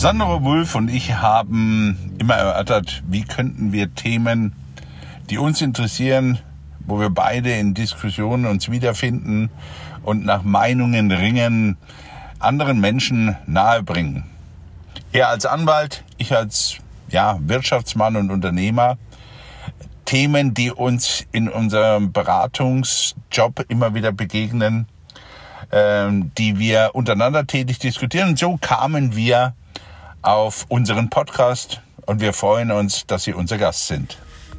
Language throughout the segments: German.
Sandro Wulff und ich haben immer erörtert, wie könnten wir Themen, die uns interessieren, wo wir beide in Diskussionen uns wiederfinden und nach Meinungen ringen, anderen Menschen nahebringen. Er als Anwalt, ich als Wirtschaftsmann und Unternehmer. Themen, die uns in unserem Beratungsjob immer wieder begegnen, die wir untereinander tätig diskutieren. Und so kamen wir auf unseren Podcast und wir freuen uns, dass Sie unser Gast sind.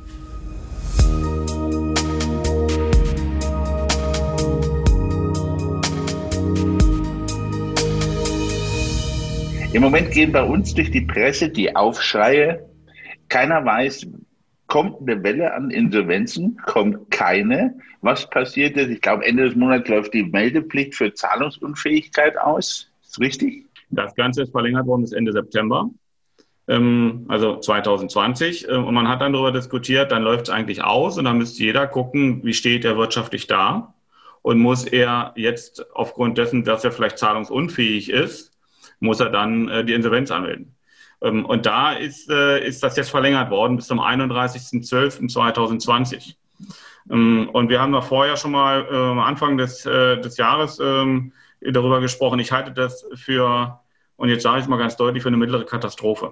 Im Moment gehen bei uns durch die Presse die Aufschreie. Keiner weiß, kommt eine Welle an Insolvenzen, kommt keine. Was passiert ist? Ich glaube, Ende des Monats läuft die Meldepflicht für Zahlungsunfähigkeit aus. Ist richtig? Das Ganze ist verlängert worden bis Ende September, also 2020. Und man hat dann darüber diskutiert, dann läuft es eigentlich aus und dann müsste jeder gucken, wie steht er wirtschaftlich da und muss er jetzt aufgrund dessen, dass er vielleicht zahlungsunfähig ist, muss er dann die Insolvenz anmelden. Und da ist das jetzt verlängert worden bis zum 31.12.2020. Und wir haben da vorher schon mal am Anfang des Jahres darüber gesprochen. Ich halte das für, und jetzt sage ich es mal ganz deutlich, für eine mittlere Katastrophe.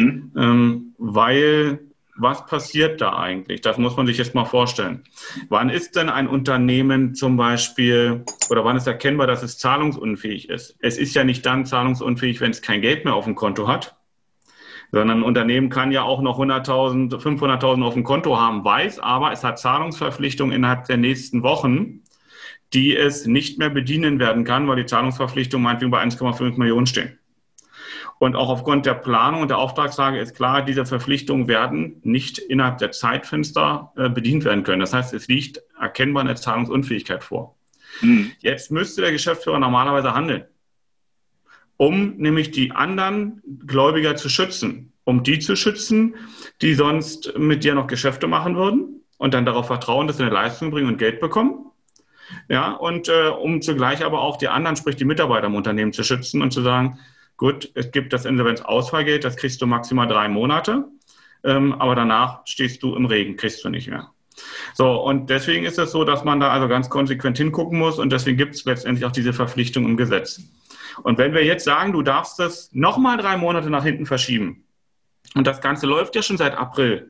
Weil, was passiert da eigentlich? Das muss man sich jetzt mal vorstellen. Wann ist denn ein Unternehmen zum Beispiel, oder wann ist erkennbar, dass es zahlungsunfähig ist? Es ist ja nicht dann zahlungsunfähig, wenn es kein Geld mehr auf dem Konto hat, sondern ein Unternehmen kann ja auch noch 100.000, 500.000 auf dem Konto haben, weiß aber, es hat Zahlungsverpflichtungen innerhalb der nächsten Wochen, die es nicht mehr bedienen werden kann, weil die Zahlungsverpflichtungen meinetwegen bei 1,5 Millionen stehen. Und auch aufgrund der Planung und der Auftragslage ist klar, diese Verpflichtungen werden nicht innerhalb der Zeitfenster bedient werden können. Das heißt, es liegt erkennbar eine Zahlungsunfähigkeit vor. Jetzt müsste der Geschäftsführer normalerweise handeln, um nämlich die anderen Gläubiger zu schützen, um die zu schützen, die sonst mit dir noch Geschäfte machen würden und dann darauf vertrauen, dass sie eine Leistung bringen und Geld bekommen. Ja, und um zugleich aber auch die anderen, sprich die Mitarbeiter im Unternehmen zu schützen und zu sagen, gut, es gibt das Insolvenzausfallgeld, das kriegst du maximal 3 Monate, aber danach stehst du im Regen, kriegst du nicht mehr. So, und deswegen ist es so, dass man da also ganz konsequent hingucken muss und deswegen gibt es letztendlich auch diese Verpflichtung im Gesetz. Und wenn wir jetzt sagen, du darfst das nochmal 3 Monate nach hinten verschieben und das Ganze läuft ja schon seit April.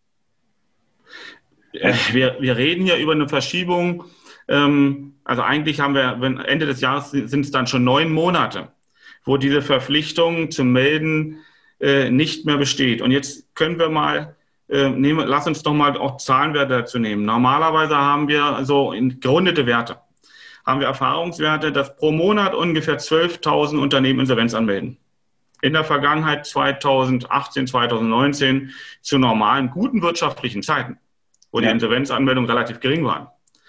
Wir reden hier über eine Verschiebung, also eigentlich haben wir, wenn Ende des Jahres sind es dann schon 9 Monate, wo diese Verpflichtung zu melden nicht mehr besteht. Und jetzt können wir mal, lass uns doch mal auch Zahlenwerte dazu nehmen. Normalerweise haben wir so in gerundete Werte. Haben wir Erfahrungswerte, dass pro Monat ungefähr 12.000 Unternehmen Insolvenz anmelden. In der Vergangenheit 2018, 2019 zu normalen, guten wirtschaftlichen Zeiten, wo die Insolvenzanmeldungen relativ gering waren.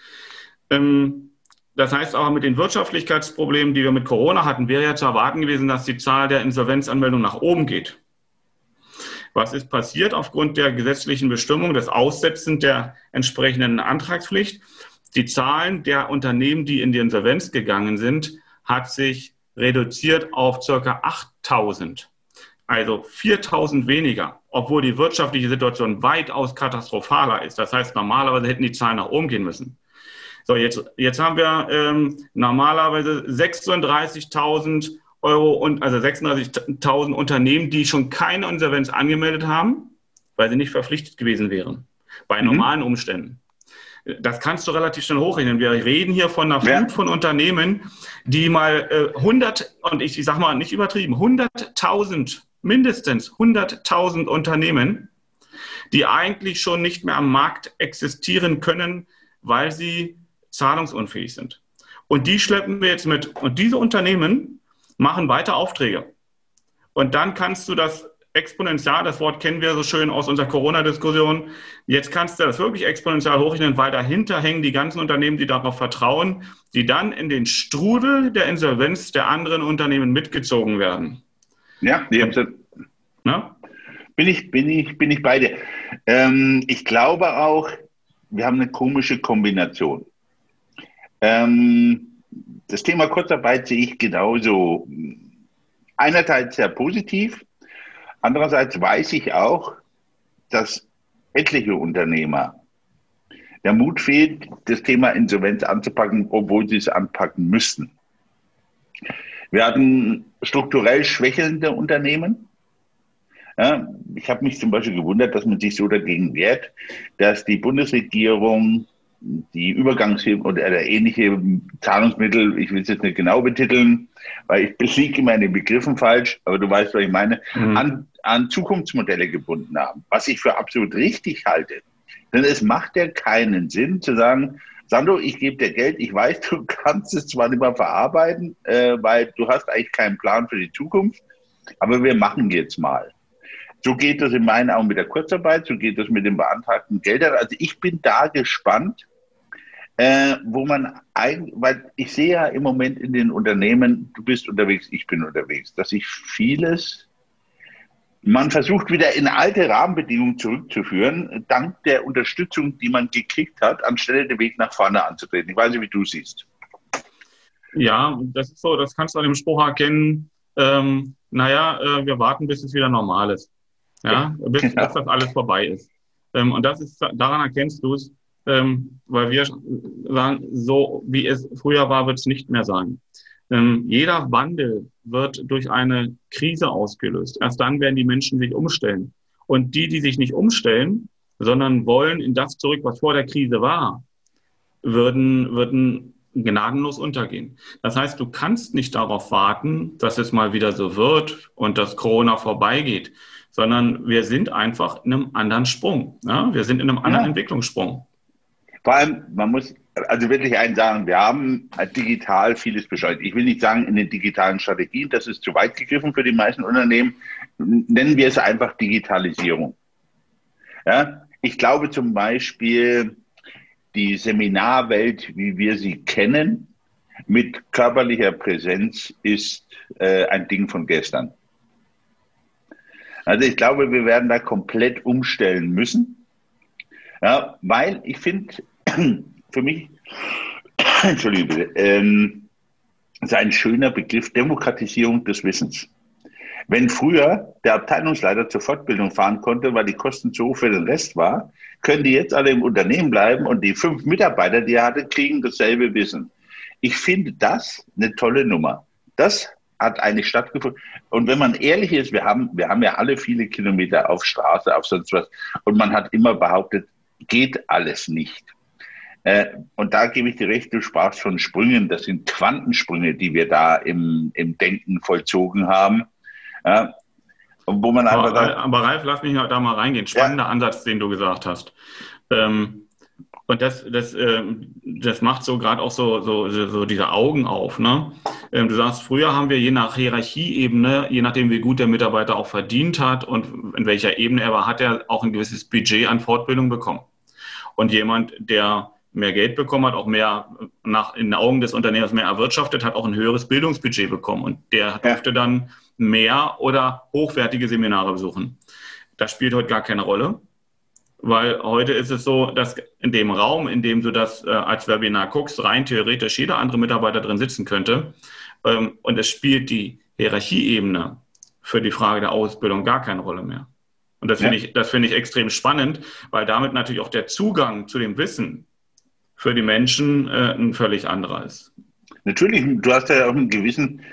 Das heißt auch mit den Wirtschaftlichkeitsproblemen, die wir mit Corona hatten, wäre ja zu erwarten gewesen, dass die Zahl der Insolvenzanmeldungen nach oben geht. Was ist passiert aufgrund der gesetzlichen Bestimmung des Aussetzens der entsprechenden Antragspflicht? Die Zahlen der Unternehmen, die in die Insolvenz gegangen sind, hat sich reduziert auf ca. 8.000. Also 4.000 weniger, obwohl die wirtschaftliche Situation weitaus katastrophaler ist. Das heißt, normalerweise hätten die Zahlen nach oben gehen müssen. So, jetzt haben wir normalerweise 36.000 Euro und also 36.000 Unternehmen, die schon keine Insolvenz angemeldet haben, weil sie nicht verpflichtet gewesen wären, bei normalen Umständen. Das kannst du relativ schnell hochrechnen. Wir reden hier von einer Flut von Unternehmen, die mal 100, und ich sage mal nicht übertrieben, 100.000, mindestens 100.000 Unternehmen, die eigentlich schon nicht mehr am Markt existieren können, weil sie zahlungsunfähig sind. Und die schleppen wir jetzt mit. Und diese Unternehmen machen weiter Aufträge. Und dann kannst du das exponentiell, das Wort kennen wir so schön aus unserer Corona-Diskussion, jetzt kannst du das wirklich exponentiell hochrechnen, weil dahinter hängen die ganzen Unternehmen, die darauf vertrauen, die dann in den Strudel der Insolvenz der anderen Unternehmen mitgezogen werden. Ja, bin ich bei dir. Ich glaube auch, wir haben eine komische Kombination. Das Thema Kurzarbeit sehe ich genauso einerseits sehr positiv, andererseits weiß ich auch, dass etliche Unternehmer der Mut fehlt, das Thema Insolvenz anzupacken, obwohl sie es anpacken müssten. Wir hatten strukturell schwächelnde Unternehmen. Ja, ich habe mich zum Beispiel gewundert, dass man sich so dagegen wehrt, dass die Bundesregierung die Übergangshilfen oder ähnliche Zahlungsmittel, ich will es jetzt nicht genau betiteln, weil ich liege immer in den Begriffen falsch, aber du weißt, was ich meine, an Zukunftsmodelle gebunden haben, was ich für absolut richtig halte. Denn es macht ja keinen Sinn zu sagen, Sandro, ich gebe dir Geld, ich weiß, du kannst es zwar nicht mehr verarbeiten, weil du hast eigentlich keinen Plan für die Zukunft, aber wir machen jetzt mal. So geht das in meinen Augen mit der Kurzarbeit, so geht das mit den beantragten Geldern. Also ich bin da gespannt, wo man weil ich sehe ja im Moment in den Unternehmen, du bist unterwegs, ich bin unterwegs, dass sich vieles, man versucht wieder in alte Rahmenbedingungen zurückzuführen, dank der Unterstützung, die man gekriegt hat, anstelle den Weg nach vorne anzutreten. Ich weiß nicht, wie du siehst. Ja, das ist so, das kannst du an dem Spruch erkennen, wir warten, bis es wieder normal ist. Ja, bis das alles vorbei ist. Und das ist, daran erkennst du es, weil wir sagen, so wie es früher war, wird es nicht mehr sein. Jeder Wandel wird durch eine Krise ausgelöst. Erst dann werden die Menschen sich umstellen. Und die sich nicht umstellen, sondern wollen in das zurück, was vor der Krise war, würden gnadenlos untergehen. Das heißt, du kannst nicht darauf warten, dass es mal wieder so wird und dass Corona vorbeigeht, sondern wir sind einfach in einem anderen Sprung. Ja? Wir sind in einem anderen Entwicklungssprung. Vor allem, man muss also wirklich eins sagen, wir haben digital vieles beschleunigt. Ich will nicht sagen, in den digitalen Strategien, das ist zu weit gegriffen für die meisten Unternehmen, nennen wir es einfach Digitalisierung. Ja? Ich glaube zum Beispiel, die Seminarwelt, wie wir sie kennen, mit körperlicher Präsenz ist ein Ding von gestern. Also ich glaube, wir werden da komplett umstellen müssen, ja, weil ich finde, für mich, entschuldige bitte, ist ein schöner Begriff Demokratisierung des Wissens. Wenn früher der Abteilungsleiter zur Fortbildung fahren konnte, weil die Kosten zu hoch für den Rest war, können die jetzt alle im Unternehmen bleiben und die 5 Mitarbeiter, die er hatte, kriegen dasselbe Wissen. Ich finde das eine tolle Nummer. Das hat eigentlich stattgefunden. Und wenn man ehrlich ist, wir haben ja alle viele Kilometer auf Straße, auf sonst was. Und man hat immer behauptet, geht alles nicht. Und da gebe ich dir recht, du sprachst von Sprüngen. Das sind Quantensprünge, die wir da im Denken vollzogen haben. Ja, wo man einfach sagt, aber Ralf, lass mich da mal reingehen. Spannender Ansatz, den du gesagt hast. Und das macht so gerade auch so diese Augen auf. Ne? Du sagst, früher haben wir je nach Hierarchieebene, je nachdem wie gut der Mitarbeiter auch verdient hat und in welcher Ebene er war, hat er auch ein gewisses Budget an Fortbildung bekommen. Und jemand, der mehr Geld bekommen hat, auch mehr in den Augen des Unternehmers mehr erwirtschaftet, hat auch ein höheres Bildungsbudget bekommen. Und der durfte dann mehr oder hochwertige Seminare besuchen. Das spielt heute gar keine Rolle. Weil heute ist es so, dass in dem Raum, in dem du das als Webinar guckst, rein theoretisch jeder andere Mitarbeiter drin sitzen könnte. Und es spielt die Hierarchieebene für die Frage der Ausbildung gar keine Rolle mehr. Und das finde ich extrem spannend, weil damit natürlich auch der Zugang zu dem Wissen für die Menschen ein völlig anderer ist. Natürlich, du hast ja auch einen gewissen,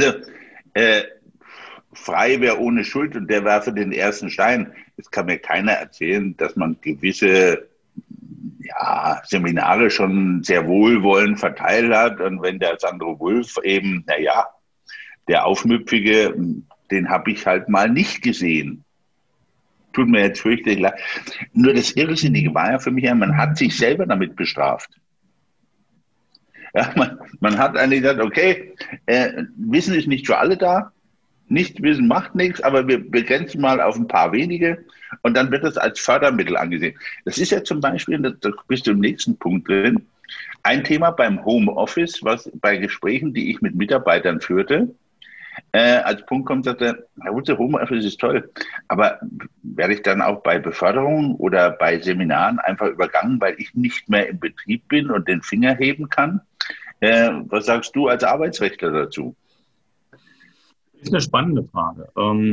frei wäre ohne Schuld und der werfe den ersten Stein. Es kann mir keiner erzählen, dass man gewisse Seminare schon sehr wohlwollend verteilt hat. Und wenn der Sandro Wulf eben, der Aufmüpfige, den habe ich halt mal nicht gesehen. Tut mir jetzt fürchterlich leid. Nur das Irrsinnige war ja für mich, man hat sich selber damit bestraft. Ja, man hat eigentlich gesagt, okay, Wissen ist nicht für alle da. Nicht wissen macht nichts, aber wir begrenzen mal auf ein paar wenige und dann wird das als Fördermittel angesehen. Das ist ja zum Beispiel, da bist du im nächsten Punkt drin, ein Thema beim Homeoffice, was bei Gesprächen, die ich mit Mitarbeitern führte, als Punkt kommt, sagte, Homeoffice ist toll, aber werde ich dann auch bei Beförderungen oder bei Seminaren einfach übergangen, weil ich nicht mehr im Betrieb bin und den Finger heben kann? Was sagst du als Arbeitsrechtler dazu? ist eine spannende Frage.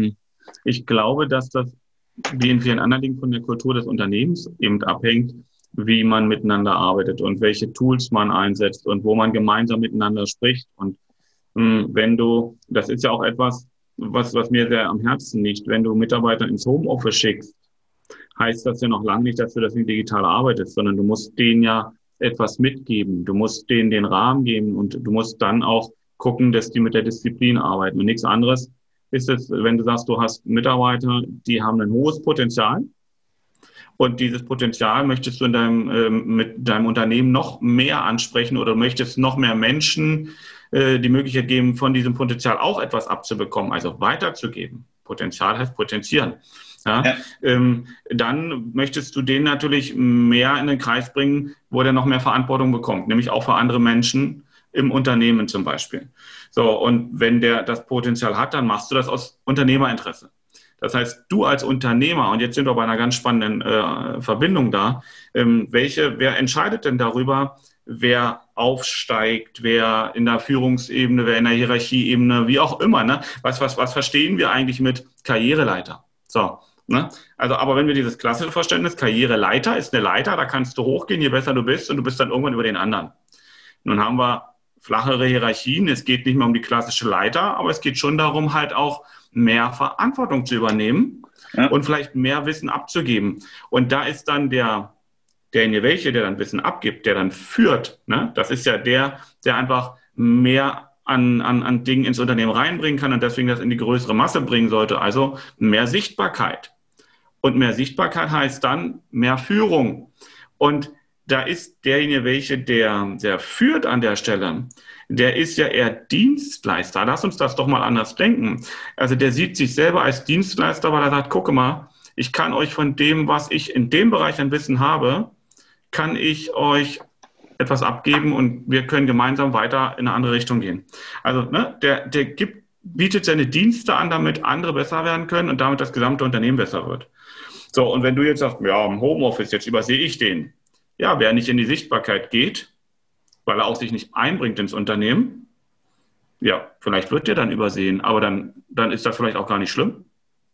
Ich glaube, dass das wie in vielen anderen Dingen von der Kultur des Unternehmens eben abhängt, wie man miteinander arbeitet und welche Tools man einsetzt und wo man gemeinsam miteinander spricht. Und wenn du, das ist ja auch etwas, was mir sehr am Herzen liegt, wenn du Mitarbeiter ins Homeoffice schickst, heißt das ja noch lange nicht, dass du das digital arbeitest, sondern du musst denen ja etwas mitgeben. Du musst denen den Rahmen geben und du musst dann auch gucken, dass die mit der Disziplin arbeiten. Und nichts anderes ist es, wenn du sagst, du hast Mitarbeiter, die haben ein hohes Potenzial und dieses Potenzial möchtest du mit deinem Unternehmen noch mehr ansprechen oder möchtest noch mehr Menschen die Möglichkeit geben, von diesem Potenzial auch etwas abzubekommen, also weiterzugeben. Potenzial heißt potenzieren. Ja. Dann möchtest du den natürlich mehr in den Kreis bringen, wo der noch mehr Verantwortung bekommt, nämlich auch für andere Menschen im Unternehmen zum Beispiel. So, und wenn der das Potenzial hat, dann machst du das aus Unternehmerinteresse. Das heißt, du als Unternehmer, und jetzt sind wir bei einer ganz spannenden Verbindung da, wer entscheidet denn darüber, wer aufsteigt, wer in der Führungsebene, wer in der Hierarchieebene, wie auch immer, ne? Was verstehen wir eigentlich mit Karriereleiter? So, ne? Also, aber wenn wir dieses klassische Verständnis, Karriereleiter ist eine Leiter, da kannst du hochgehen, je besser du bist und du bist dann irgendwann über den anderen. Nun haben wir flachere Hierarchien, es geht nicht mehr um die klassische Leiter, aber es geht schon darum, halt auch mehr Verantwortung zu übernehmen und vielleicht mehr Wissen abzugeben. Und da ist dann derjenige, der dann Wissen abgibt, der dann führt, ne? Das ist ja der einfach mehr an Dingen ins Unternehmen reinbringen kann und deswegen das in die größere Masse bringen sollte. Also mehr Sichtbarkeit. Und mehr Sichtbarkeit heißt dann mehr Führung. Und da ist derjenige, der führt an der Stelle, der ist ja eher Dienstleister. Lass uns das doch mal anders denken. Also der sieht sich selber als Dienstleister, weil er sagt, gucke mal, ich kann euch von dem, was ich in dem Bereich an Wissen habe, kann ich euch etwas abgeben und wir können gemeinsam weiter in eine andere Richtung gehen. Also ne, der bietet seine Dienste an, damit andere besser werden können und damit das gesamte Unternehmen besser wird. So, und wenn du jetzt sagst, ja, im Homeoffice, jetzt übersehe ich den. Ja, wer nicht in die Sichtbarkeit geht, weil er auch sich nicht einbringt ins Unternehmen, ja, vielleicht wird der dann übersehen, aber dann ist das vielleicht auch gar nicht schlimm.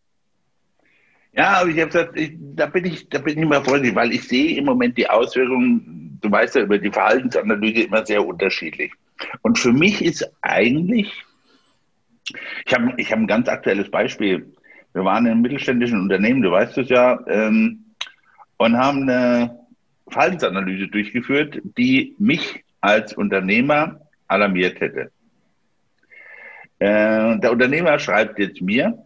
Ja, aber ich habe gesagt, da bin ich immer vorsichtig, weil ich sehe im Moment die Auswirkungen, du weißt ja, über die Verhaltensanalyse immer sehr unterschiedlich. Und für mich ist eigentlich, ich habe ein ganz aktuelles Beispiel. Wir waren in einem mittelständischen Unternehmen, du weißt es ja, und haben eine Verhaltensanalyse durchgeführt, die mich als Unternehmer alarmiert hätte. Der Unternehmer schreibt jetzt mir,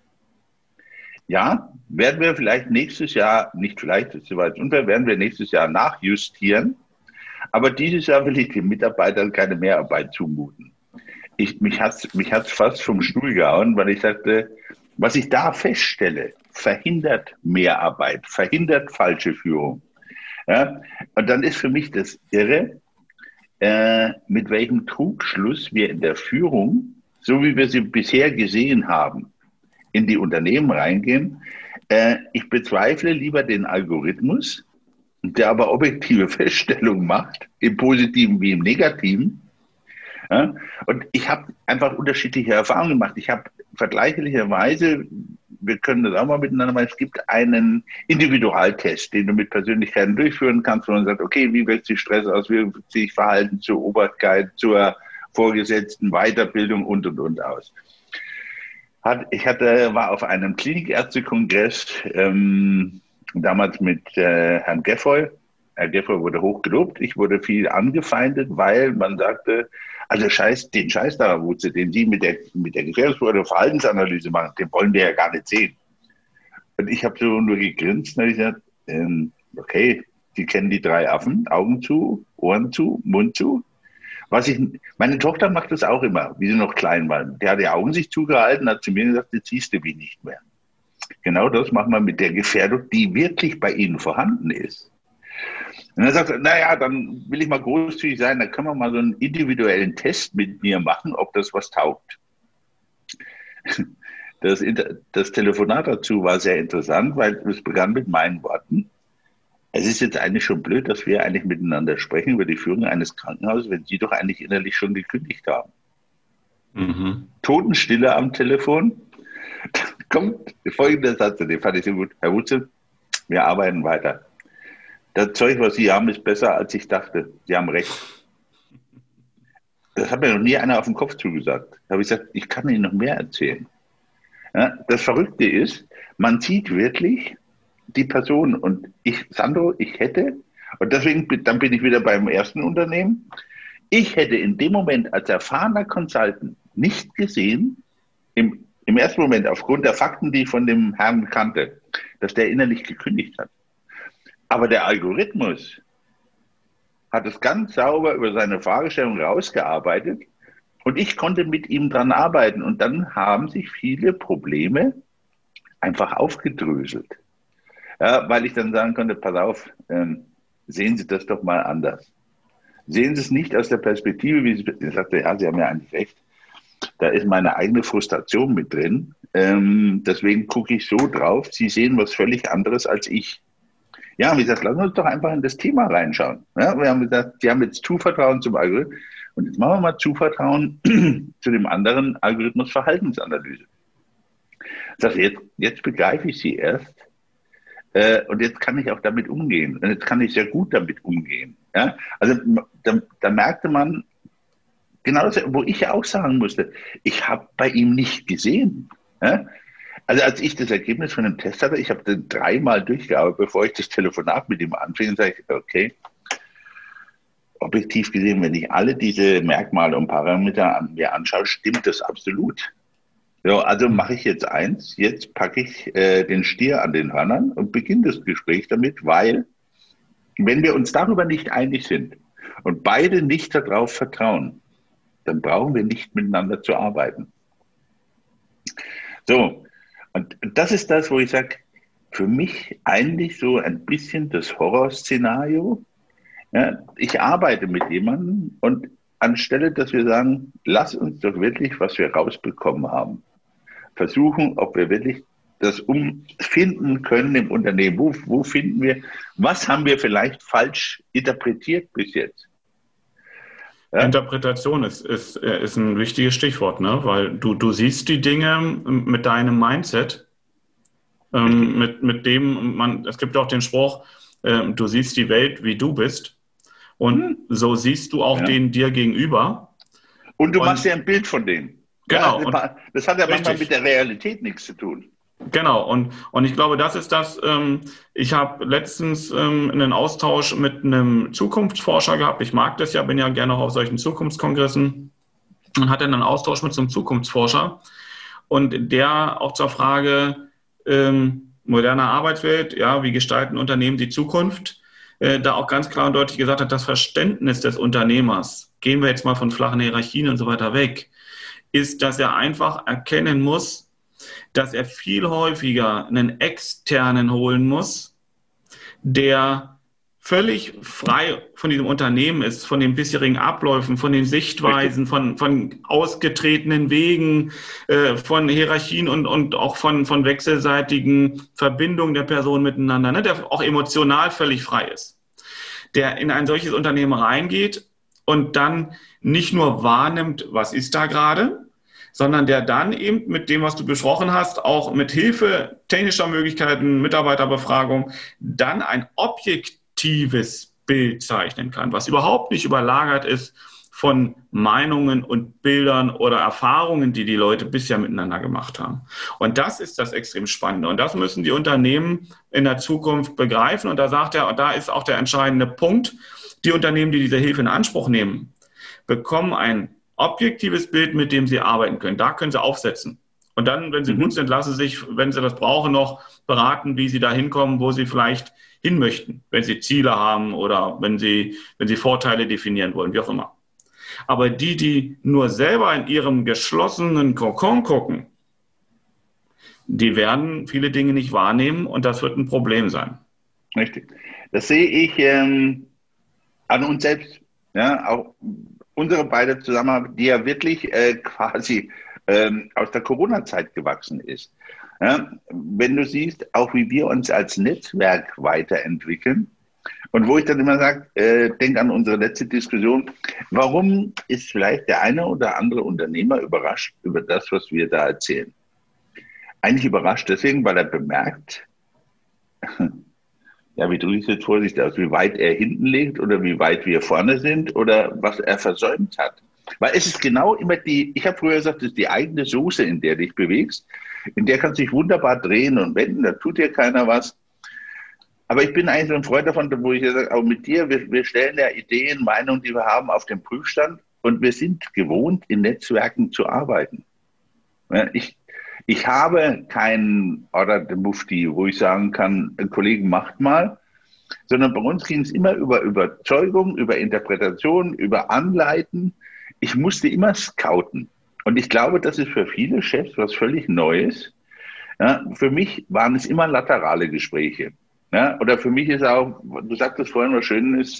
ja, werden wir vielleicht nächstes Jahr, nicht vielleicht, das ist soweit unfair, werden wir nächstes Jahr nachjustieren, aber dieses Jahr will ich den Mitarbeitern keine Mehrarbeit zumuten. Mich hat's fast vom Stuhl gehauen, weil ich sagte, was ich da feststelle, verhindert Mehrarbeit, verhindert falsche Führung. Ja? Und dann ist für mich das Irre, mit welchem Trugschluss wir in der Führung, so wie wir sie bisher gesehen haben, in die Unternehmen reingehen. Ich bezweifle lieber den Algorithmus, der aber objektive Feststellungen macht, im Positiven wie im Negativen. Ja? Und ich habe einfach unterschiedliche Erfahrungen gemacht. Ich habe vergleichlicherweise, wir können das auch mal miteinander machen, es gibt einen Individualtest, den du mit Persönlichkeiten durchführen kannst, wo man sagt, okay, wie wirkt sich Stress aus, wie wirkt sich Verhalten zur Obrigkeit, zur Vorgesetzten, Weiterbildung und aus. War auf einem Klinikärztekongress damals mit Herrn Geffoy. Herr Geffoy wurde hoch gelobt, ich wurde viel angefeindet, weil man sagte, also den Scheiß da, den Sie mit der Gefährdungsbeurteilung Verhaltensanalyse machen, den wollen wir ja gar nicht sehen. Und ich habe so nur gegrinst und habe gesagt, okay, Sie kennen die 3 Affen, Augen zu, Ohren zu, Mund zu. Meine Tochter macht das auch immer, wie sie noch klein war. Die hat die Augen sich zugehalten, hat zu mir gesagt, jetzt siehst du mich nicht mehr. Genau das machen wir mit der Gefährdung, die wirklich bei Ihnen vorhanden ist. Und dann sagt er, naja, dann will ich mal großzügig sein, dann können wir mal so einen individuellen Test mit mir machen, ob das was taugt. Das Telefonat dazu war sehr interessant, weil es begann mit meinen Worten. Es ist jetzt eigentlich schon blöd, dass wir eigentlich miteinander sprechen über die Führung eines Krankenhauses, wenn Sie doch eigentlich innerlich schon gekündigt haben. Totenstille am Telefon. Kommt folgender Satz, den fand ich so gut. Herr Wutze, wir arbeiten weiter. Das Zeug, was Sie haben, ist besser, als ich dachte. Sie haben recht. Das hat mir noch nie einer auf den Kopf zugesagt. Da habe ich gesagt, ich kann Ihnen noch mehr erzählen. Ja, das Verrückte ist, man sieht wirklich die Person. Und Sandro, ich hätte, und deswegen, dann bin ich wieder beim ersten Unternehmen, ich hätte in dem Moment als erfahrener Consultant nicht gesehen, im ersten Moment aufgrund der Fakten, die ich von dem Herrn kannte, dass der innerlich gekündigt hat. Aber der Algorithmus hat es ganz sauber über seine Fragestellung rausgearbeitet und ich konnte mit ihm dran arbeiten. Und dann haben sich viele Probleme einfach aufgedröselt. Ja, weil ich dann sagen konnte, pass auf, sehen Sie das doch mal anders. Sehen Sie es nicht aus der Perspektive, wie Sie sagte, ja, Sie haben ja eigentlich recht. Da ist meine eigene Frustration mit drin. Deswegen gucke ich so drauf. Sie sehen was völlig anderes als ich. Ja, wie gesagt, lassen wir uns doch einfach in das Thema reinschauen. Ja, wir haben gesagt, Sie haben jetzt Zuvertrauen zum Algorithmus. Und jetzt machen wir mal Zuvertrauen zu dem anderen Algorithmus Verhaltensanalyse. Das heißt, jetzt begreife ich Sie erst. Und jetzt kann ich auch damit umgehen. Und jetzt kann ich sehr gut damit umgehen. Ja? Also da merkte man, genau das, wo ich ja auch sagen musste, ich habe bei ihm nicht gesehen. Ja? Also als ich das Ergebnis von dem Test hatte, ich habe den 3-mal durchgearbeitet, bevor ich das Telefonat mit ihm anfing, sage ich, okay, objektiv gesehen, wenn ich alle diese Merkmale und Parameter mir anschaue, stimmt das absolut. So, also mache ich jetzt eins, jetzt packe ich den Stier an den Hörnern und beginne das Gespräch damit, weil wenn wir uns darüber nicht einig sind und beide nicht darauf vertrauen, dann brauchen wir nicht miteinander zu arbeiten. So, und das ist das, wo ich sage, für mich eigentlich so ein bisschen das Horrorszenario. Ja, ich arbeite mit jemandem und anstelle, dass wir sagen, lass uns doch wirklich, was wir rausbekommen haben, versuchen, ob wir wirklich das umfinden können im Unternehmen. Wo finden wir, was haben wir vielleicht falsch interpretiert bis jetzt? Ja? Interpretation ist ein wichtiges Stichwort, ne? Weil du siehst die Dinge mit deinem Mindset, mit dem es gibt auch den Spruch, du siehst die Welt, wie du bist. Und so siehst du auch den dir gegenüber. Und du machst dir ein Bild von dem. Genau. Ja, das hat ja manchmal mit der Realität nichts zu tun. Genau. Und ich glaube, das ist das. Ich habe letztens einen Austausch mit einem Zukunftsforscher gehabt. Ich mag das ja, bin ja gerne auch auf solchen Zukunftskongressen. Und hatte einen Austausch mit so einem Zukunftsforscher. Und der auch zur Frage moderner Arbeitswelt, ja, wie gestalten Unternehmen die Zukunft, da auch ganz klar und deutlich gesagt hat, das Verständnis des Unternehmers, gehen wir jetzt mal von flachen Hierarchien und so weiter weg, ist, dass er einfach erkennen muss, dass er viel häufiger einen Externen holen muss, der völlig frei von diesem Unternehmen ist, von den bisherigen Abläufen, von den Sichtweisen, von ausgetretenen Wegen, von Hierarchien und auch von wechselseitigen Verbindungen der Personen miteinander, ne, der auch emotional völlig frei ist, der in ein solches Unternehmen reingeht und dann nicht nur wahrnimmt, was ist da gerade, sondern der dann eben mit dem, was du besprochen hast, auch mit Hilfe technischer Möglichkeiten, Mitarbeiterbefragung, dann ein objektives Bild zeichnen kann, was überhaupt nicht überlagert ist von Meinungen und Bildern oder Erfahrungen, die die Leute bisher miteinander gemacht haben. Und das ist das extrem Spannende. Und das müssen die Unternehmen in der Zukunft begreifen. Und da sagt er, und da ist auch der entscheidende Punkt, die Unternehmen, die diese Hilfe in Anspruch nehmen, bekommen ein objektives Bild, mit dem sie arbeiten können. Da können sie aufsetzen. Und dann, wenn sie gut sind, lassen sie sich, wenn sie das brauchen, noch beraten, wie sie da hinkommen, wo sie vielleicht hin möchten, wenn sie Ziele haben oder wenn sie Vorteile definieren wollen, wie auch immer. Aber die nur selber in ihrem geschlossenen Kokon gucken, die werden viele Dinge nicht wahrnehmen und das wird ein Problem sein. Richtig. Das sehe ich an uns selbst. Ja, auch unsere beide Zusammenarbeit, die ja wirklich quasi aus der Corona-Zeit gewachsen ist. Ja, wenn du siehst, auch wie wir uns als Netzwerk weiterentwickeln Und wo ich dann immer sage, denk an unsere letzte Diskussion, warum ist vielleicht der eine oder andere Unternehmer überrascht über das, was wir da erzählen? Eigentlich überrascht deswegen, weil er bemerkt, ja, wie drücke ich es jetzt vorsichtig aus, wie weit er hinten liegt oder wie weit wir vorne sind oder was er versäumt hat. Weil es ist genau immer ich habe früher gesagt, es ist die eigene Soße, in der du dich bewegst, in der kannst du dich wunderbar drehen und wenden, da tut dir keiner was. Aber ich bin eigentlich so ein Freund davon, wo ich sage, auch mit dir, wir stellen ja Ideen, Meinungen, die wir haben, auf den Prüfstand und wir sind gewohnt, in Netzwerken zu arbeiten. Ja, ich habe keinen Order de Mufti, wo ich sagen kann, ein Kollegen macht mal, sondern bei uns ging es immer über Überzeugung, über Interpretation, über Anleiten. Ich musste immer scouten. Und ich glaube, das ist für viele Chefs was völlig Neues. Ja, für mich waren es immer laterale Gespräche. Ja, oder für mich ist auch, du sagtest vorhin, was Schönes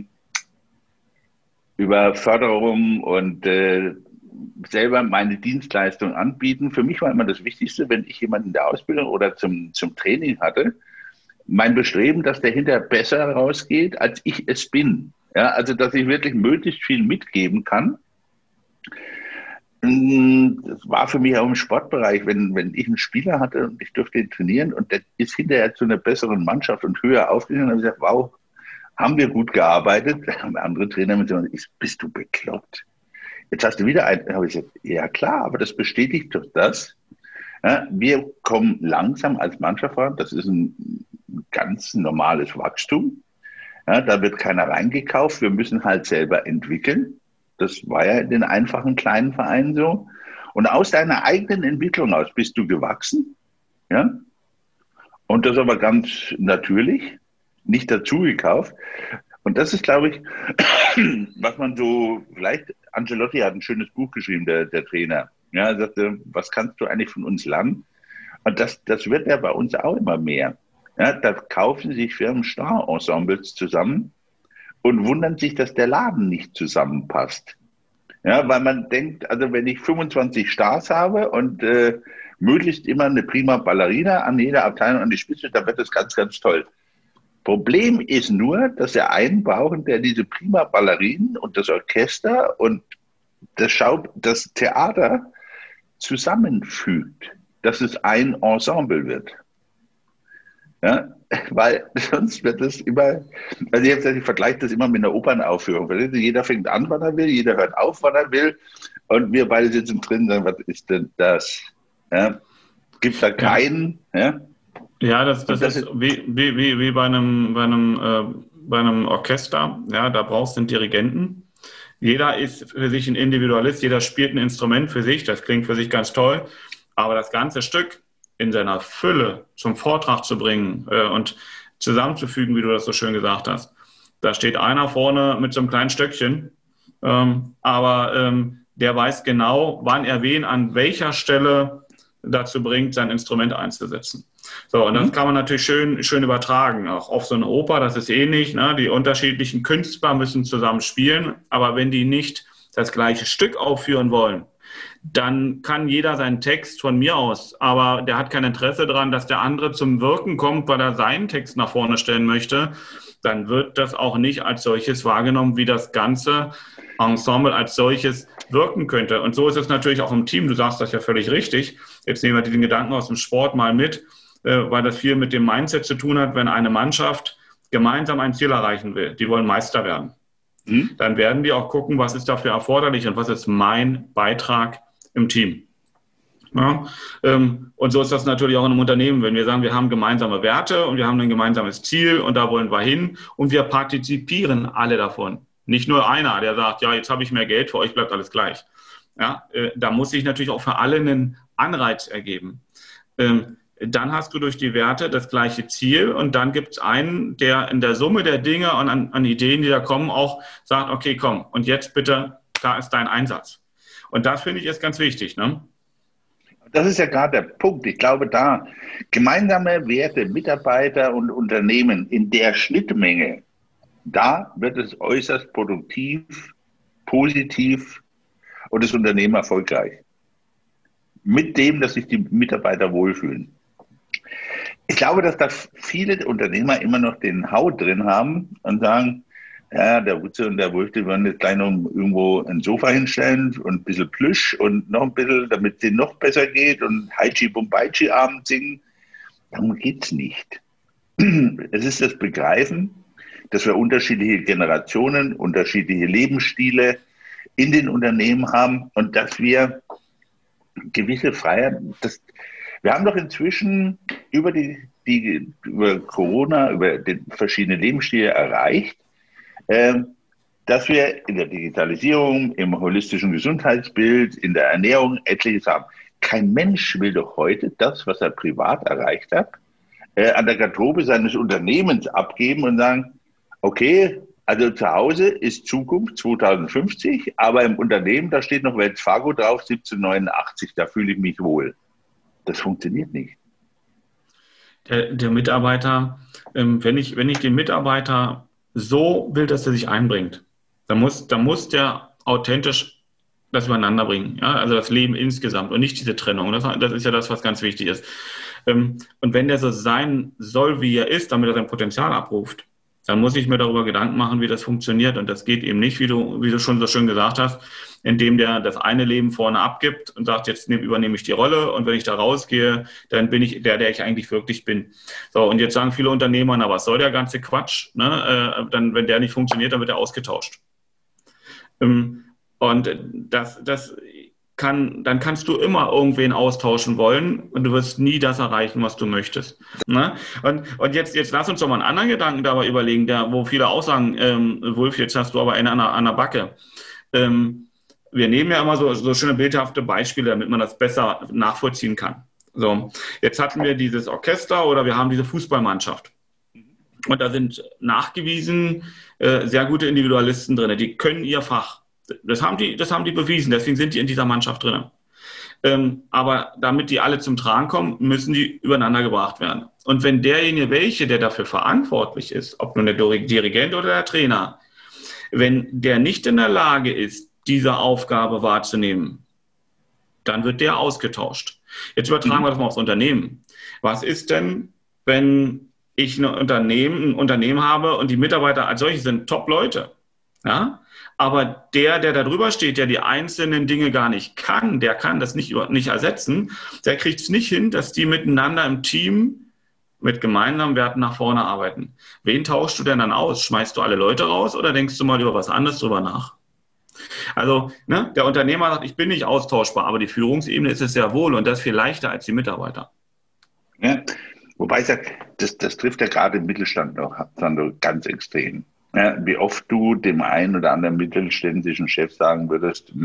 über Förderung und selber meine Dienstleistung anbieten. Für mich war immer das Wichtigste, wenn ich jemanden in der Ausbildung oder zum Training hatte, mein Bestreben, dass der hinterher besser rausgeht, als ich es bin. Ja, also, dass ich wirklich möglichst viel mitgeben kann. Das war für mich auch im Sportbereich, wenn ich einen Spieler hatte und ich durfte ihn trainieren und der ist hinterher zu einer besseren Mannschaft und höher aufgegangen, habe ich gesagt, wow, haben wir gut gearbeitet. Da haben andere Trainer mit gesagt, bist du bekloppt? Jetzt hast du wieder einen. Da habe ich gesagt, ja klar, aber das bestätigt doch das. Ja, wir kommen langsam als Mannschaft voran. Das ist ein ganz normales Wachstum. Ja, da wird keiner reingekauft. Wir müssen halt selber entwickeln. Das war ja in den einfachen kleinen Vereinen so. Und aus deiner eigenen Entwicklung aus bist du gewachsen. Ja? Und das aber ganz natürlich, nicht dazu gekauft. Und das ist, glaube ich, was man so, vielleicht, Ancelotti hat ein schönes Buch geschrieben, der Trainer. Ja, er sagte, was kannst du eigentlich von uns lernen? Und das wird ja bei uns auch immer mehr. Ja, da kaufen sich Firmen Star-Ensembles zusammen und wundern sich, dass der Laden nicht zusammenpasst. Ja, weil man denkt, also wenn ich 25 Stars habe und möglichst immer eine prima Ballerina an jeder Abteilung an die Spitze, dann wird das ganz, ganz toll. Problem ist nur, dass wir einen brauchen, der diese prima Ballerinen und das Orchester und das Theater zusammenfügt, dass es ein Ensemble wird. Ja, weil sonst wird es immer, also ich vergleiche das immer mit einer Opernaufführung. Jeder fängt an, wann er will, jeder hört auf, wann er will und wir beide sitzen drin und sagen, was ist denn das? Ja, gibt da keinen, ja? Ja, das ist wie bei einem Orchester. Ja, da brauchst du einen Dirigenten. Jeder ist für sich ein Individualist, jeder spielt ein Instrument für sich, das klingt für sich ganz toll, aber das ganze Stück in seiner Fülle zum Vortrag zu bringen und zusammenzufügen, wie du das so schön gesagt hast. Da steht einer vorne mit so einem kleinen Stöckchen, aber der weiß genau, wann er wen an welcher Stelle dazu bringt, sein Instrument einzusetzen. So, und das kann man natürlich schön übertragen, auch auf so eine Oper, das ist ähnlich, ne? Die unterschiedlichen Künstler müssen zusammen spielen, aber wenn die nicht das gleiche Stück aufführen wollen, dann kann jeder seinen Text von mir aus, aber der hat kein Interesse daran, dass der andere zum Wirken kommt, weil er seinen Text nach vorne stellen möchte, dann wird das auch nicht als solches wahrgenommen, wie das ganze Ensemble als solches wirken könnte. Und so ist es natürlich auch im Team, du sagst das ja völlig richtig. Jetzt nehmen wir diesen Gedanken aus dem Sport mal mit, weil das viel mit dem Mindset zu tun hat, wenn eine Mannschaft gemeinsam ein Ziel erreichen will, die wollen Meister werden. Dann werden die auch gucken, was ist dafür erforderlich und was ist mein Beitrag im Team. Ja, und so ist das natürlich auch in einem Unternehmen, wenn wir sagen, wir haben gemeinsame Werte und wir haben ein gemeinsames Ziel und da wollen wir hin und wir partizipieren alle davon. Nicht nur einer, der sagt, ja, jetzt habe ich mehr Geld, für euch bleibt alles gleich. Ja, da muss sich natürlich auch für alle einen Anreiz ergeben. Dann hast du durch die Werte das gleiche Ziel und dann gibt es einen, der in der Summe der Dinge und an Ideen, die da kommen, auch sagt, okay, komm, und jetzt bitte, da ist dein Einsatz. Und das finde ich ist ganz wichtig, ne? Das ist ja gerade der Punkt. Ich glaube, da gemeinsame Werte, Mitarbeiter und Unternehmen in der Schnittmenge, da wird es äußerst produktiv, positiv und das Unternehmen erfolgreich. Mit dem, dass sich die Mitarbeiter wohlfühlen. Ich glaube, dass da viele Unternehmer immer noch den Haut drin haben und sagen, ja, der Wutze und der Wolf, die wollen jetzt gleich noch irgendwo ein Sofa hinstellen und ein bisschen Plüsch und noch ein bisschen, damit es denen noch besser geht und Haichi Bumbaichi abends singen. Darum geht's nicht. Es ist das Begreifen, dass wir unterschiedliche Generationen, unterschiedliche Lebensstile in den Unternehmen haben und dass wir gewisse Freiheit, wir haben doch inzwischen über über Corona, über den verschiedenen Lebensstile erreicht, dass wir in der Digitalisierung, im holistischen Gesundheitsbild, in der Ernährung etliches haben. Kein Mensch will doch heute das, was er privat erreicht hat, an der Garderobe seines Unternehmens abgeben und sagen, okay, also zu Hause ist Zukunft 2050, aber im Unternehmen, da steht noch Wells Fargo drauf, 1789, da fühle ich mich wohl. Das funktioniert nicht. Der Mitarbeiter, wenn ich den Mitarbeiter so will, dass er sich einbringt, dann muss der authentisch das übereinander bringen, ja? Also das Leben insgesamt und nicht diese Trennung. Das ist ja das, was ganz wichtig ist. Und wenn der so sein soll, wie er ist, damit er sein Potenzial abruft, dann muss ich mir darüber Gedanken machen, wie das funktioniert. Und das geht eben nicht, wie du schon so schön gesagt hast, indem der das eine Leben vorne abgibt und sagt, jetzt übernehme ich die Rolle und wenn ich da rausgehe, dann bin ich der ich eigentlich wirklich bin. So, und jetzt sagen viele Unternehmer, na, was soll der ganze Quatsch? Ne? Dann, wenn der nicht funktioniert, dann wird er ausgetauscht. Und dann kannst du immer irgendwen austauschen wollen und du wirst nie das erreichen, was du möchtest. Ne? Und jetzt lass uns doch mal einen anderen Gedanken dabei überlegen, wo viele auch sagen, Wulf, jetzt hast du aber einen an der Backe. Wir nehmen ja immer so schöne bildhafte Beispiele, damit man das besser nachvollziehen kann. So, jetzt hatten wir dieses Orchester oder wir haben diese Fußballmannschaft. Und da sind nachgewiesen sehr gute Individualisten drin, die können ihr Fach. Das haben die bewiesen, deswegen sind die in dieser Mannschaft drin. Aber damit die alle zum Tragen kommen, müssen die übereinander gebracht werden. Und wenn derjenige, der dafür verantwortlich ist, ob nun der Dirigent oder der Trainer, wenn der nicht in der Lage ist, diese Aufgabe wahrzunehmen, dann wird der ausgetauscht. Jetzt übertragen wir das mal aufs Unternehmen. Was ist denn, wenn ich ein Unternehmen habe und die Mitarbeiter als solche sind Top-Leute, ja? Aber der da drüber steht, der die einzelnen Dinge gar nicht kann, der kann das nicht ersetzen, der kriegt es nicht hin, dass die miteinander im Team mit gemeinsamen Werten nach vorne arbeiten. Wen tauschst du denn dann aus? Schmeißt du alle Leute raus oder denkst du mal über was anderes drüber nach? Also der Unternehmer sagt, ich bin nicht austauschbar, aber die Führungsebene ist es sehr wohl und das viel leichter als die Mitarbeiter. Ja, wobei ich sage, das trifft ja gerade im Mittelstand noch ganz extrem. Ja, wie oft du dem einen oder anderen mittelständischen Chef sagen würdest,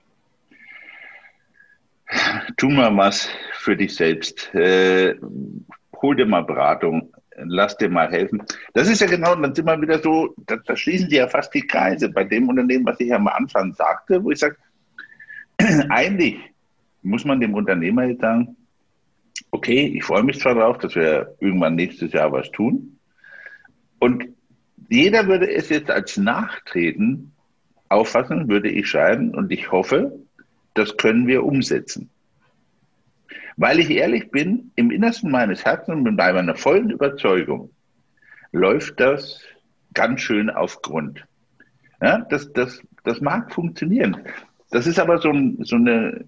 tu mal was für dich selbst, hol dir mal Beratung, lass dir mal helfen. Das ist ja genau, dann sind wir wieder so, da schließen sie ja fast die Kreise bei dem Unternehmen, was ich am Anfang sagte, wo ich sage, eigentlich muss man dem Unternehmer jetzt sagen, okay, ich freue mich zwar darauf, dass wir irgendwann nächstes Jahr was tun und jeder würde es jetzt als Nachtreten auffassen, würde ich schreiben und ich hoffe, das können wir umsetzen. Weil ich ehrlich bin, im Innersten meines Herzens und bei meiner vollen Überzeugung läuft das ganz schön auf Grund. Ja, das mag funktionieren. Das ist aber so eine...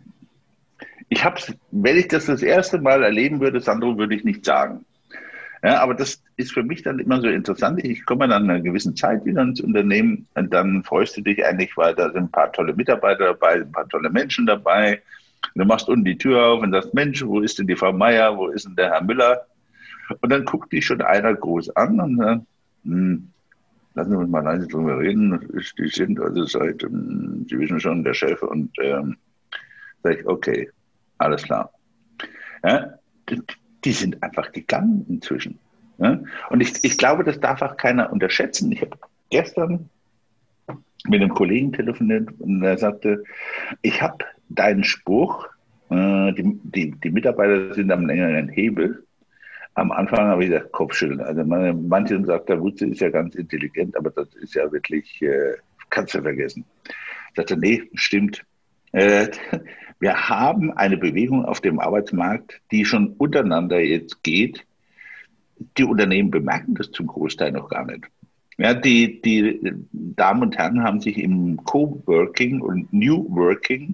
wenn ich das erste Mal erleben würde, Sandro, würde ich nicht sagen. Ja, aber das ist für mich dann immer so interessant. Ich komme dann nach einer gewissen Zeit wieder ins Unternehmen und dann freust du dich eigentlich, weil da sind ein paar tolle Mitarbeiter dabei, ein paar tolle Menschen dabei. Du machst unten die Tür auf und sagst, Mensch, wo ist denn die Frau Meier, wo ist denn der Herr Müller? Und dann guckt dich schon einer groß an und sagt, lassen Sie uns mal leise drüber reden. Die sind also Sie wissen schon, der Chef. Und sage ich, okay, alles klar. Ja, die sind einfach gegangen inzwischen. Ja? Und ich glaube, das darf auch keiner unterschätzen. Ich habe gestern mit einem Kollegen telefoniert und der sagte, ich habe deinen Spruch, die Mitarbeiter sind am längeren Hebel. Am Anfang habe ich gesagt, Kopfschütteln. Also manche haben gesagt, der Wutze ist ja ganz intelligent, aber das ist ja wirklich, kannst du vergessen. Ich sagte, nee, stimmt. Wir haben eine Bewegung auf dem Arbeitsmarkt, die schon untereinander jetzt geht. Die Unternehmen bemerken das zum Großteil noch gar nicht. Ja, die Damen und Herren haben sich im Coworking und New Working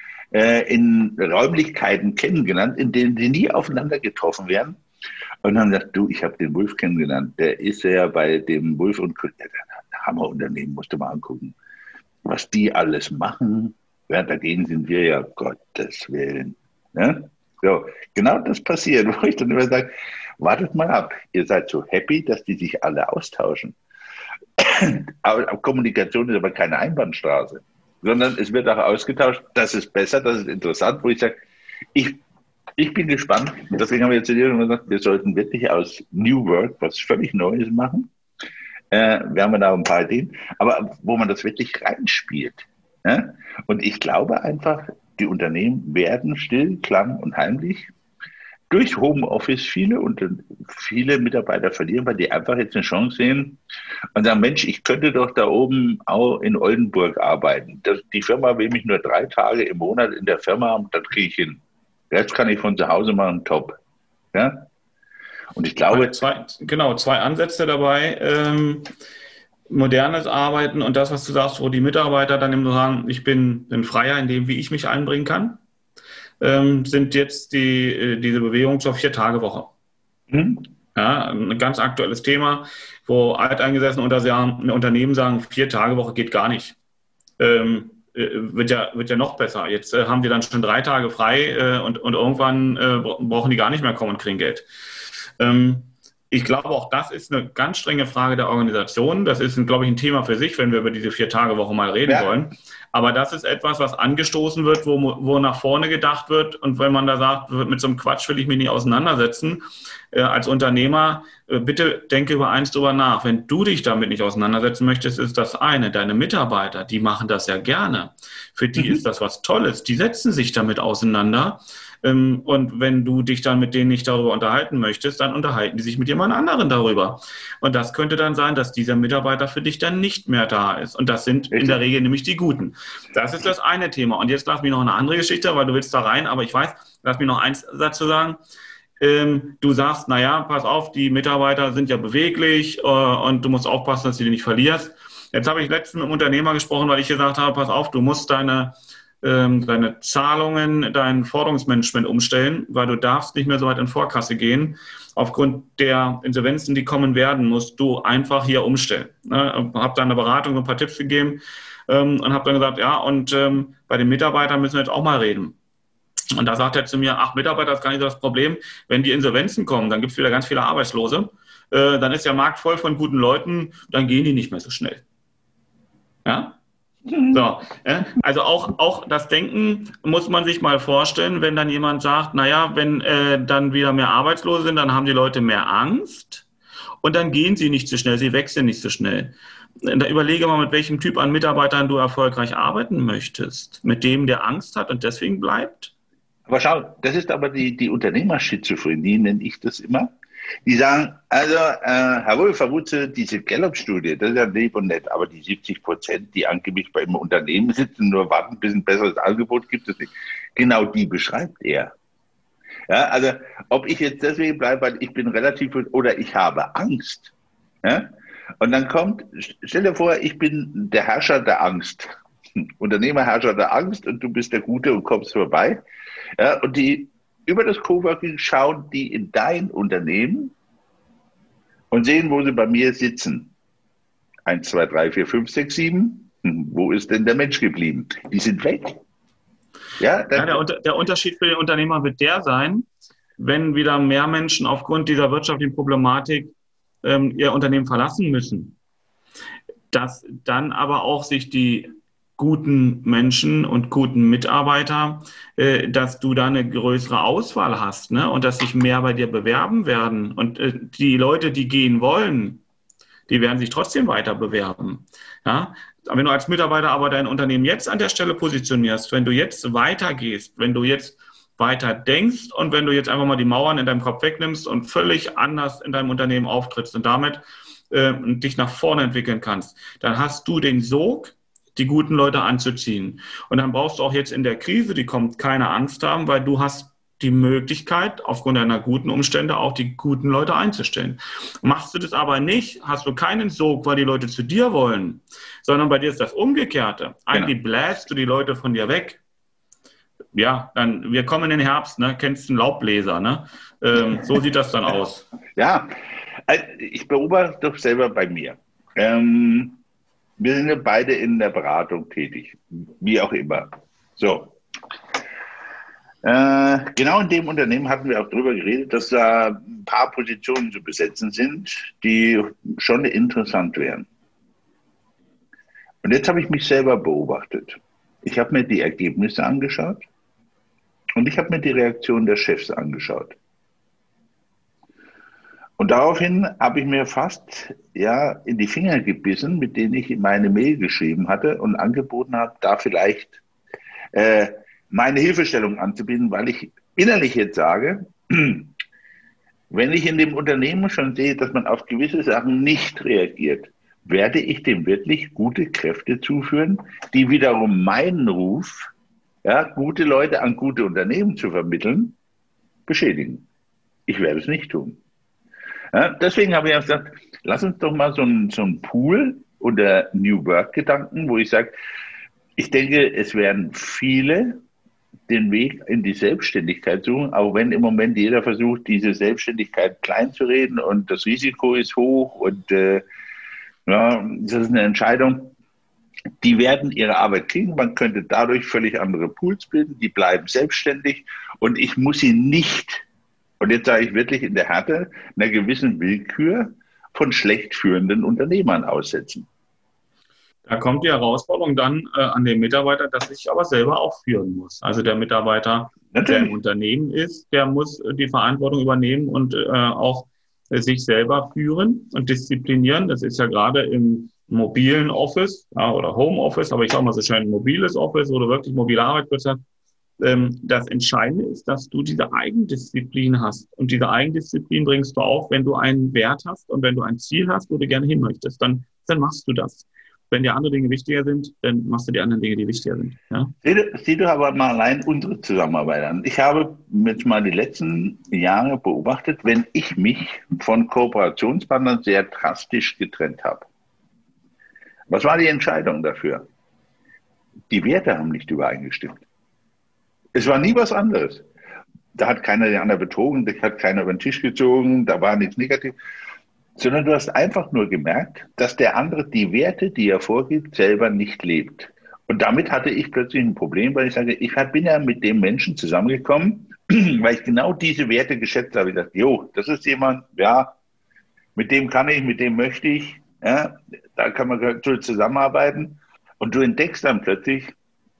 in Räumlichkeiten kennengelernt, in denen sie nie aufeinander getroffen wären. Und haben gesagt, du, ich habe den Wolf kennengelernt. Der ist ja bei dem Wolf und Hammerunternehmen, musst du mal angucken. Was die alles machen, ja, dagegen sind wir ja, Gottes Willen. Ja? So, genau das passiert, wo ich dann immer sage, wartet mal ab, ihr seid so happy, dass die sich alle austauschen. Aber Kommunikation ist aber keine Einbahnstraße, sondern es wird auch ausgetauscht, das ist besser, das ist interessant, wo ich sage, ich bin gespannt, und deswegen haben wir jetzt schon gesagt, wir sollten wirklich aus New Work was völlig Neues machen. Wir haben da ein paar Ideen, aber wo man das wirklich reinspielt. Ja? Und ich glaube einfach, die Unternehmen werden still, klamm und heimlich durch Homeoffice viele Mitarbeiter verlieren, weil die einfach jetzt eine Chance sehen und sagen, Mensch, ich könnte doch da oben auch in Oldenburg arbeiten. Die Firma will mich nur 3 Tage im Monat in der Firma haben, das kriege ich hin. Jetzt kann ich von zu Hause machen, top. Ja? Und ich glaube... Zwei Ansätze dabei. Modernes Arbeiten und das, was du sagst, wo die Mitarbeiter dann eben sagen, ich bin freier in dem, wie ich mich einbringen kann, sind jetzt diese Bewegung zur 4-Tage-Woche. Ja, ein ganz aktuelles Thema, wo alteingesessene Unternehmen sagen, 4-Tage-Woche geht gar nicht. Wird ja noch besser. Jetzt haben die dann schon 3 Tage frei und irgendwann brauchen die gar nicht mehr kommen und kriegen Geld. Ich glaube, auch das ist eine ganz strenge Frage der Organisation. Das ist, glaube ich, ein Thema für sich, wenn wir über diese 4-Tage-Woche mal reden wollen. Aber das ist etwas, was angestoßen wird, wo nach vorne gedacht wird. Und wenn man da sagt, mit so einem Quatsch will ich mich nicht auseinandersetzen, als Unternehmer, bitte denke über eins drüber nach. Wenn du dich damit nicht auseinandersetzen möchtest, ist das eine. Deine Mitarbeiter, die machen das ja gerne. Für die ist das was Tolles. Die setzen sich damit auseinander. Und wenn du dich dann mit denen nicht darüber unterhalten möchtest, dann unterhalten die sich mit jemand anderen darüber. Und das könnte dann sein, dass dieser Mitarbeiter für dich dann nicht mehr da ist. Und das sind in der Regel nämlich die Guten. Das ist das eine Thema. Und jetzt lass mich noch eine andere Geschichte, weil du willst da rein, aber ich weiß, lass mich noch einen Satz zu sagen. Du sagst, naja, pass auf, die Mitarbeiter sind ja beweglich und du musst aufpassen, dass du die nicht verlierst. Jetzt habe ich letztens mit einem Unternehmer gesprochen, weil ich gesagt habe, pass auf, du musst deine Zahlungen, dein Forderungsmanagement umstellen, weil du darfst nicht mehr so weit in Vorkasse gehen. Aufgrund der Insolvenzen, die kommen werden, musst du einfach hier umstellen. Habe dann eine Beratung, so ein paar Tipps gegeben und habe dann gesagt, ja, und bei den Mitarbeitern müssen wir jetzt auch mal reden. Und da sagt er zu mir, ach, Mitarbeiter ist gar nicht so das Problem. Wenn die Insolvenzen kommen, dann gibt es wieder ganz viele Arbeitslose. Dann ist der Markt voll von guten Leuten, dann gehen die nicht mehr so schnell. Ja? So, also auch das Denken muss man sich mal vorstellen, wenn dann jemand sagt, naja, wenn dann wieder mehr Arbeitslose sind, dann haben die Leute mehr Angst und dann gehen sie nicht so schnell, sie wechseln nicht so schnell. Da überlege mal, mit welchem Typ an Mitarbeitern du erfolgreich arbeiten möchtest. Mit dem, der Angst hat und deswegen bleibt? Aber schau, das ist aber die Unternehmerschizophrenie, nenne ich das immer. Die sagen, also, Herr Wolf, Herr Wutze, diese Gallup-Studie, das ist ja lieb und nett, aber die 70%, die angeblich beim Unternehmen sitzen, nur warten, bis ein besseres Angebot gibt es nicht. Genau die beschreibt er. Ja, also, ob ich jetzt deswegen bleibe, weil ich bin relativ, oder ich habe Angst. Ja? Und dann kommt, stell dir vor, ich bin der Herrscher der Angst. Unternehmerherrscher der Angst und du bist der Gute und kommst vorbei. Ja, und die über das Coworking schauen die in dein Unternehmen und sehen, wo sie bei mir sitzen. 1, 2, 3, 4, 5, 6, 7. Wo ist denn der Mensch geblieben? Die sind weg. Ja, der Unterschied für den Unternehmer wird der sein, wenn wieder mehr Menschen aufgrund dieser wirtschaftlichen Problematik ihr Unternehmen verlassen müssen, dass dann aber auch sich die guten Menschen und guten Mitarbeiter, dass du da eine größere Auswahl hast, ne? Und dass sich mehr bei dir bewerben werden. Und die Leute, die gehen wollen, die werden sich trotzdem weiter bewerben. Ja? Wenn du als Mitarbeiter aber dein Unternehmen jetzt an der Stelle positionierst, wenn du jetzt weitergehst, wenn du jetzt weiter denkst und wenn du jetzt einfach mal die Mauern in deinem Kopf wegnimmst und völlig anders in deinem Unternehmen auftrittst und damit dich nach vorne entwickeln kannst, dann hast du den Sog, die guten Leute anzuziehen. Und dann brauchst du auch jetzt in der Krise, die kommt, keine Angst haben, weil du hast die Möglichkeit, aufgrund deiner guten Umstände auch die guten Leute einzustellen. Machst du das aber nicht, hast du keinen Sog, weil die Leute zu dir wollen, sondern bei dir ist das Umgekehrte. Eigentlich bläst du die Leute von dir weg. Ja, dann, wir kommen in den Herbst, ne? Kennst du einen Laubbläser, ne? So sieht das dann aus. Ja, ich beobachte doch selber bei mir. Wir sind ja beide in der Beratung tätig, wie auch immer. So. Genau in dem Unternehmen hatten wir auch darüber geredet, dass da ein paar Positionen zu besetzen sind, die schon interessant wären. Und jetzt habe ich mich selber beobachtet. Ich habe mir die Ergebnisse angeschaut und ich habe mir die Reaktion der Chefs angeschaut. Und daraufhin habe ich mir fast in die Finger gebissen, mit denen ich meine Mail geschrieben hatte und angeboten habe, da vielleicht meine Hilfestellung anzubieten, weil ich innerlich jetzt sage, wenn ich in dem Unternehmen schon sehe, dass man auf gewisse Sachen nicht reagiert, werde ich dem wirklich gute Kräfte zuführen, die wiederum meinen Ruf, gute Leute an gute Unternehmen zu vermitteln, beschädigen. Ich werde es nicht tun. Ja, deswegen habe ich ja gesagt, lass uns doch mal so ein Pool unter New Work-Gedanken, wo ich sage, ich denke, es werden viele den Weg in die Selbstständigkeit suchen, auch wenn im Moment jeder versucht, diese Selbstständigkeit klein zu reden und das Risiko ist hoch und das ist eine Entscheidung. Die werden ihre Arbeit kriegen, man könnte dadurch völlig andere Pools bilden, die bleiben selbstständig und ich muss sie nicht, und jetzt sage ich wirklich in der Härte, einer gewissen Willkür von schlecht führenden Unternehmern aussetzen. Da kommt die Herausforderung dann an den Mitarbeiter, dass ich aber selber auch führen muss. Also der Mitarbeiter, der im Unternehmen ist, der muss die Verantwortung übernehmen und auch sich selber führen und disziplinieren. Das ist ja gerade im mobilen Office oder Homeoffice, aber ich sage mal so schön mobiles Office oder wirklich mobile Arbeitsplatz hast. Das Entscheidende ist, dass du diese Eigendisziplin hast. Und diese Eigendisziplin bringst du auf, wenn du einen Wert hast und wenn du ein Ziel hast, wo du gerne hin möchtest, dann machst du das. Wenn dir andere Dinge wichtiger sind, dann machst du die anderen Dinge, die wichtiger sind. Ja? Sieh doch aber mal allein unsere Zusammenarbeit an. Ich habe jetzt mal die letzten Jahre beobachtet, wenn ich mich von Kooperationspartnern sehr drastisch getrennt habe. Was war die Entscheidung dafür? Die Werte haben nicht übereingestimmt. Es war nie was anderes. Da hat keiner den anderen betrogen, da hat keiner über den Tisch gezogen, da war nichts negativ. Sondern du hast einfach nur gemerkt, dass der andere die Werte, die er vorgibt, selber nicht lebt. Und damit hatte ich plötzlich ein Problem, weil ich sage, ich bin ja mit dem Menschen zusammengekommen, weil ich genau diese Werte geschätzt habe. Ich dachte, das ist jemand, mit dem kann ich, mit dem möchte ich, da kann man zusammenarbeiten. Und du entdeckst dann plötzlich,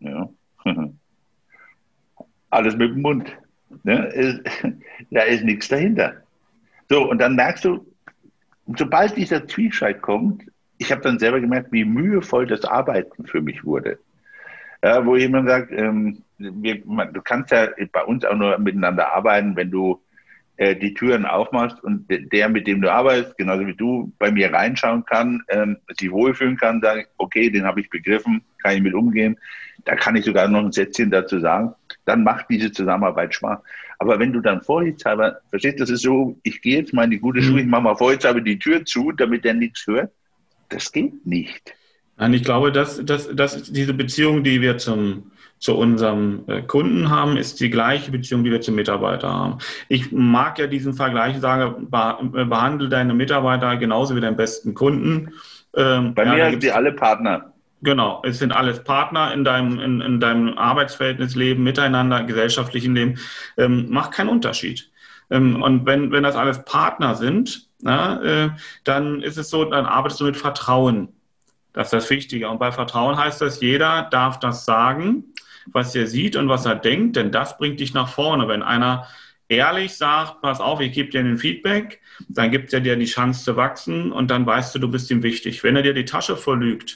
alles mit dem Mund. Da ist nichts dahinter. So, und dann merkst du, sobald dieser Zwiespalt kommt, ich habe dann selber gemerkt, wie mühevoll das Arbeiten für mich wurde. Wo jemand sagt, du kannst ja bei uns auch nur miteinander arbeiten, wenn du die Türen aufmachst und der, mit dem du arbeitest, genauso wie du, bei mir reinschauen kann, sich wohlfühlen kann, sagen, okay, den habe ich begriffen, kann ich mit umgehen. Da kann ich sogar noch ein Sätzchen dazu sagen. Dann macht diese Zusammenarbeit Spaß. Aber wenn du dann vorsichtshalber, verstehst du, das ist so, ich gehe jetzt mal in die gute Schule, ich mache mal vorsichtshalber die Tür zu, damit der nichts hört. Das geht nicht. Nein, ich glaube, dass diese Beziehung, die wir zu unserem Kunden haben, ist die gleiche Beziehung, die wir zum Mitarbeiter haben. Ich mag ja diesen Vergleich, ich sage, behandle deine Mitarbeiter genauso wie deinen besten Kunden. Bei mir sind die alle Partner. Genau, es sind alles Partner in deinem Arbeitsverhältnis, Leben, miteinander, gesellschaftlichen Leben. Macht keinen Unterschied. Und wenn das alles Partner sind, dann ist es so, dann arbeitest du mit Vertrauen. Das ist das Wichtige. Und bei Vertrauen heißt das, jeder darf das sagen, was er sieht und was er denkt, denn das bringt dich nach vorne. Wenn einer ehrlich sagt, pass auf, ich gebe dir ein Feedback, dann gibt er dir die Chance zu wachsen und dann weißt du, du bist ihm wichtig. Wenn er dir die Tasche voll lügt,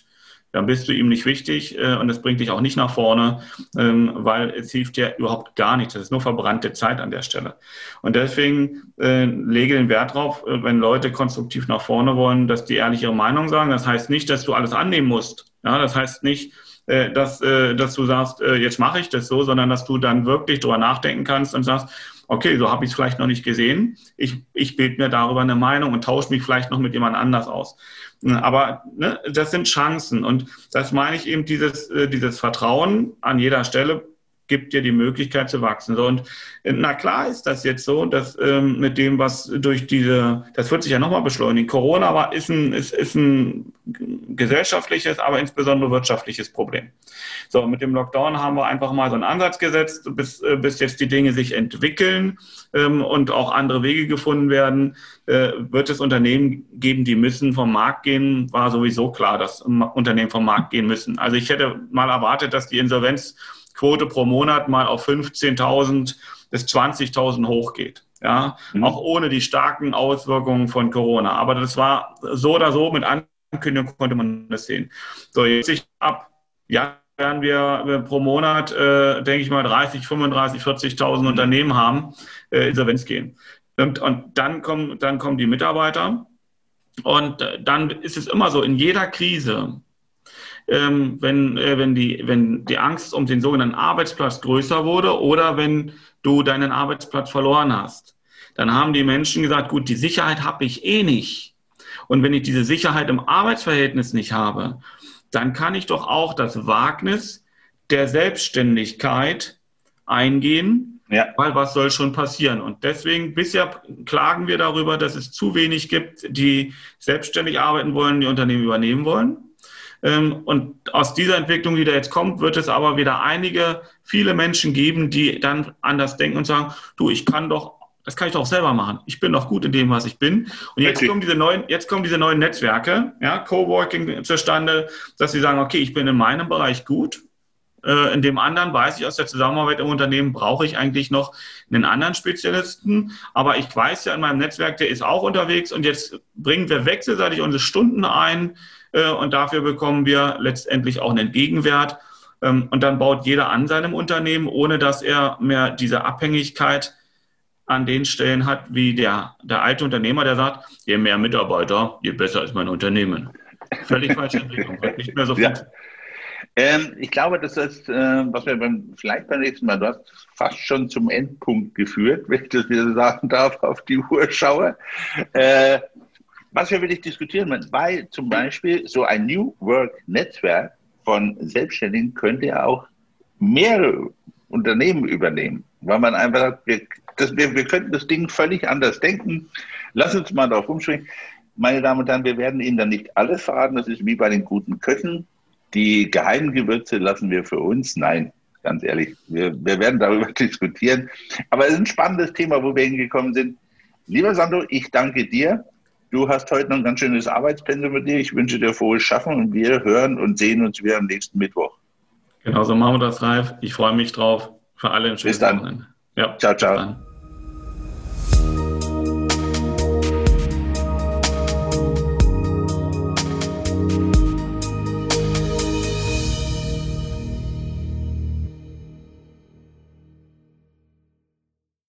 dann bist du ihm nicht wichtig und es bringt dich auch nicht nach vorne, weil es hilft dir überhaupt gar nichts. Das ist nur verbrannte Zeit an der Stelle. Und deswegen lege den Wert drauf, wenn Leute konstruktiv nach vorne wollen, dass die ehrlich ihre Meinung sagen. Das heißt nicht, dass du alles annehmen musst. Ja, das heißt nicht, dass du sagst, jetzt mache ich das so, sondern dass du dann wirklich drüber nachdenken kannst und sagst, okay, so habe ich es vielleicht noch nicht gesehen. Ich bilde mir darüber eine Meinung und tausche mich vielleicht noch mit jemand anders aus. Aber ne, das sind Chancen und das meine ich eben, dieses Vertrauen an jeder Stelle gibt dir die Möglichkeit zu wachsen. So, und na klar ist das jetzt so, dass mit dem, was das wird sich ja nochmal beschleunigen. Corona ist ein gesellschaftliches, aber insbesondere wirtschaftliches Problem. So, mit dem Lockdown haben wir einfach mal so einen Ansatz gesetzt, bis jetzt die Dinge sich entwickeln und auch andere Wege gefunden werden, wird es Unternehmen geben, die müssen vom Markt gehen. War sowieso klar, dass Unternehmen vom Markt gehen müssen. Also ich hätte mal erwartet, dass die Insolvenzquote pro Monat mal auf 15.000 bis 20.000 hochgeht. Ja, auch ohne die starken Auswirkungen von Corona. Aber das war so oder so, mit Ankündigung konnte man das sehen. So, jetzt ab werden wir pro Monat, denke ich mal, 30, 35, 40.000 Unternehmen haben, Insolvenz gehen. Und dann kommen die Mitarbeiter. Und dann ist es immer so, in jeder Krise, wenn die Angst um den sogenannten Arbeitsplatz größer wurde oder wenn du deinen Arbeitsplatz verloren hast, dann haben die Menschen gesagt, gut, die Sicherheit habe ich eh nicht. Und wenn ich diese Sicherheit im Arbeitsverhältnis nicht habe, dann kann ich doch auch das Wagnis der Selbstständigkeit eingehen, weil was soll schon passieren? Und deswegen, bisher klagen wir darüber, dass es zu wenig gibt, die selbstständig arbeiten wollen, die Unternehmen übernehmen wollen. Und aus dieser Entwicklung, die da jetzt kommt, wird es aber wieder viele Menschen geben, die dann anders denken und sagen, du, das kann ich doch selber machen. Ich bin doch gut in dem, was ich bin. Und jetzt kommen diese neuen Netzwerke, Coworking zustande, dass sie sagen, okay, ich bin in meinem Bereich gut. In dem anderen weiß ich aus der Zusammenarbeit im Unternehmen, brauche ich eigentlich noch einen anderen Spezialisten. Aber ich weiß ja in meinem Netzwerk, der ist auch unterwegs und jetzt bringen wir wechselseitig unsere Stunden ein und dafür bekommen wir letztendlich auch einen Gegenwert. Und dann baut jeder an seinem Unternehmen, ohne dass er mehr diese Abhängigkeit an den Stellen hat, wie der alte Unternehmer, der sagt, je mehr Mitarbeiter, je besser ist mein Unternehmen. Völlig falsche Entwicklung, wird nicht mehr so funktionieren. Ich glaube, das ist, was wir vielleicht beim nächsten Mal, du hast fast schon zum Endpunkt geführt, wenn ich das wieder sagen darf, auf die Uhr schaue. Was wir wirklich diskutieren, weil zum Beispiel so ein New Work-Netzwerk von Selbstständigen könnte ja auch mehrere Unternehmen übernehmen, weil man einfach sagt, wir könnten das Ding völlig anders denken. Lass uns mal darauf umschwingen. Meine Damen und Herren, wir werden Ihnen dann nicht alles verraten. Das ist wie bei den guten Köchen. Die geheimen Gewürze lassen wir für uns. Nein, ganz ehrlich, wir werden darüber diskutieren. Aber es ist ein spannendes Thema, wo wir hingekommen sind. Lieber Sandro, ich danke dir. Du hast heute noch ein ganz schönes Arbeitspensum mit dir. Ich wünsche dir frohes Schaffen und wir hören und sehen uns wieder am nächsten Mittwoch. Genau so machen wir das, Ralf. Ich freue mich drauf. Für alle ein schönes Wochenende. Ja, ciao, ciao.